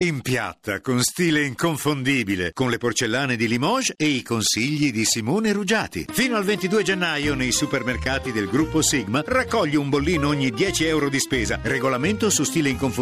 In piatta, con stile inconfondibile, con le porcellane di Limoges e i consigli di Simone Ruggiati. Fino al 22 gennaio nei supermercati del gruppo Sigma raccogli un bollino ogni 10 euro di spesa. Regolamento su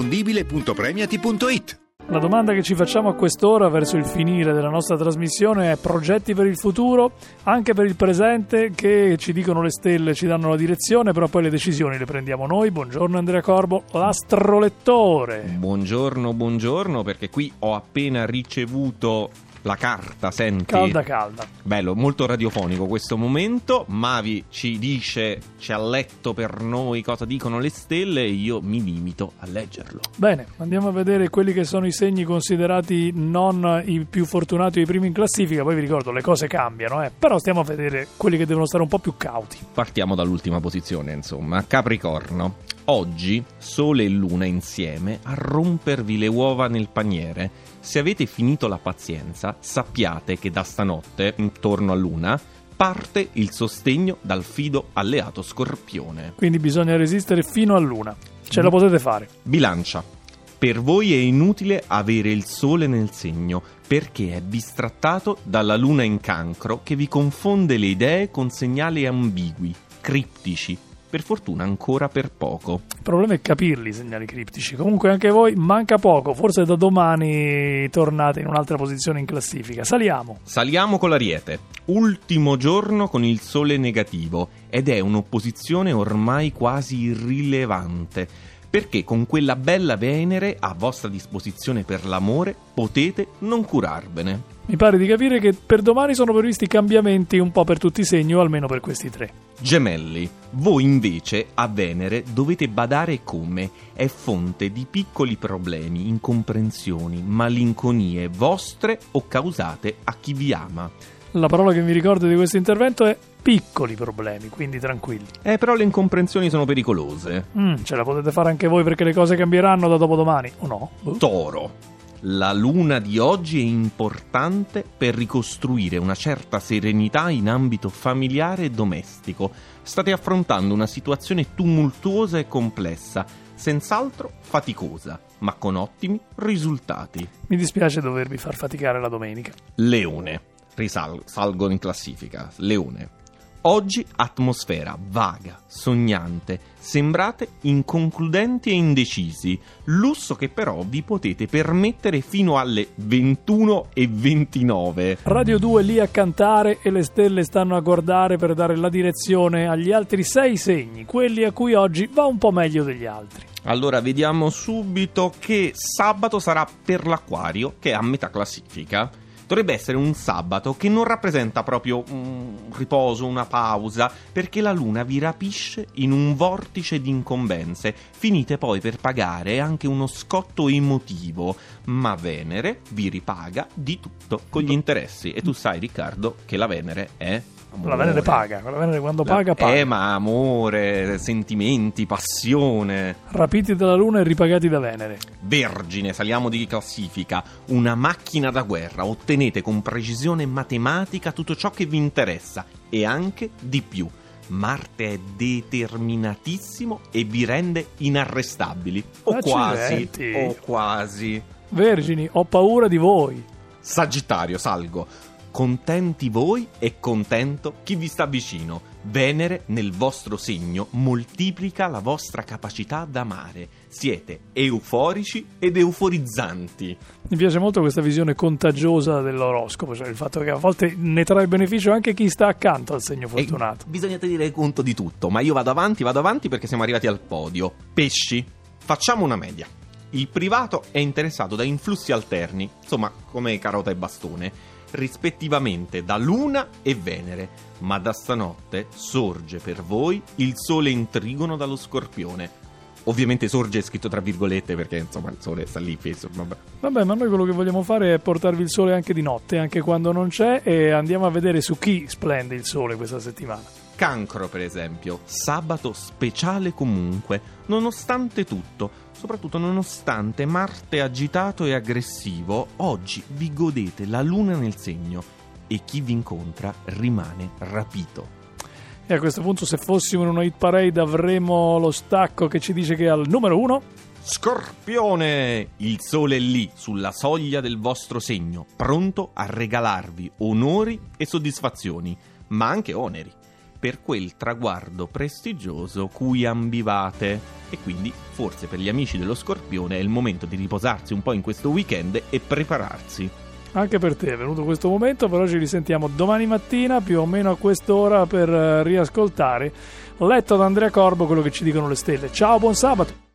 stileinconfondibile.premiati.it. La domanda che ci facciamo a quest'ora, verso il finire della nostra trasmissione, è: progetti per il futuro, anche per il presente, che ci dicono le stelle, ci danno la direzione, però poi le decisioni le prendiamo noi. Buongiorno Andrea Corbo, l'astrolettore. Buongiorno, perché qui ho appena ricevuto la carta, senti? Calda. Bello, molto radiofonico questo momento. Mavi ci ha letto per noi cosa dicono le stelle e io mi limito a leggerlo. Bene, andiamo a vedere quelli che sono i segni considerati non i più fortunati o i primi in classifica. Poi vi ricordo, le cose cambiano, però stiamo a vedere quelli che devono stare un po' più cauti. Partiamo dall'ultima posizione, insomma. Capricorno. Oggi Sole e Luna insieme a rompervi le uova nel paniere. Se avete finito la pazienza, sappiate che da stanotte, intorno a Luna, parte il sostegno dal fido alleato Scorpione. Quindi bisogna resistere fino a Luna. Ce la potete fare. Bilancia. Per voi è inutile avere il Sole nel segno, perché è bistrattato dalla Luna in Cancro che vi confonde le idee con segnali ambigui, criptici. Per fortuna ancora per poco. Il problema è capirli i segnali criptici. Comunque anche voi manca poco. Forse da domani tornate in un'altra posizione in classifica. Saliamo con l'Ariete. Ultimo giorno con il Sole negativo ed è un'opposizione ormai quasi irrilevante, perché con quella bella Venere a vostra disposizione per l'amore potete non curarvene. Mi pare di capire che per domani sono previsti cambiamenti un po' per tutti i segni, o almeno per questi tre. Gemelli, voi invece a Venere dovete badare come è fonte di piccoli problemi, incomprensioni, malinconie vostre o causate a chi vi ama. La parola che mi ricordo di questo intervento è piccoli problemi, quindi tranquilli. Però le incomprensioni sono pericolose. Ce la potete fare anche voi, perché le cose cambieranno da dopodomani, o no? Toro. La luna di oggi è importante per ricostruire una certa serenità in ambito familiare e domestico. State affrontando una situazione tumultuosa e complessa, senz'altro faticosa, ma con ottimi risultati. Mi dispiace dovervi far faticare la domenica. Leone. Salgo in classifica. Leone. Oggi atmosfera vaga, sognante, sembrate inconcludenti e indecisi, lusso che però vi potete permettere fino alle 21:29. Radio 2 lì a cantare e le stelle stanno a guardare per dare la direzione agli altri 6 segni, quelli a cui oggi va un po' meglio degli altri. Allora vediamo subito che sabato sarà per l'Acquario, che è a metà classifica. Dovrebbe essere un sabato che non rappresenta proprio un riposo, una pausa, perché la luna vi rapisce in un vortice di incombenze. Finite poi per pagare anche uno scotto emotivo, ma Venere vi ripaga di tutto con gli interessi. E tu sai, Riccardo, che la Venere è amore. La Venere paga, la Venere quando paga. Ma amore, sentimenti, passione. Rapiti dalla luna e ripagati da Venere. Vergine, saliamo di classifica. Una macchina da guerra, ottenete con precisione matematica tutto ciò che vi interessa e anche di più. Marte è determinatissimo e vi rende inarrestabili. O quasi. Vergini, ho paura di voi. Sagittario, salgo. Contenti voi e contento chi vi sta vicino. Venere nel vostro segno moltiplica la vostra capacità d'amare. Siete euforici ed euforizzanti. Mi piace molto questa visione contagiosa dell'oroscopo, cioè il fatto che a volte ne trae beneficio anche chi sta accanto al segno fortunato. Bisogna tenere conto di tutto, ma io vado avanti perché siamo arrivati al podio. Pesci, facciamo una media. Il privato è interessato da influssi alterni, insomma come carota e bastone, rispettivamente da Luna e Venere, ma da stanotte sorge per voi il Sole in trigono dallo Scorpione. Ovviamente sorge scritto tra virgolette perché insomma il Sole sta lì fesso. Vabbè, ma noi quello che vogliamo fare è portarvi il Sole anche di notte, anche quando non c'è, e andiamo a vedere su chi splende il Sole questa settimana. Cancro, per esempio, sabato speciale comunque, nonostante tutto, soprattutto nonostante Marte agitato e aggressivo, oggi vi godete la luna nel segno e chi vi incontra rimane rapito. E a questo punto, se fossimo in una hit parade, avremo lo stacco che ci dice che al numero 1 Scorpione! Il sole è lì, sulla soglia del vostro segno, pronto a regalarvi onori e soddisfazioni, ma anche oneri, per quel traguardo prestigioso cui ambivate. E quindi, forse per gli amici dello Scorpione è il momento di riposarsi un po' in questo weekend e prepararsi. Anche per te è venuto questo momento, però ci risentiamo domani mattina più o meno a quest'ora per riascoltare, letto da Andrea Corbo, quello che ci dicono le stelle. Ciao, buon sabato!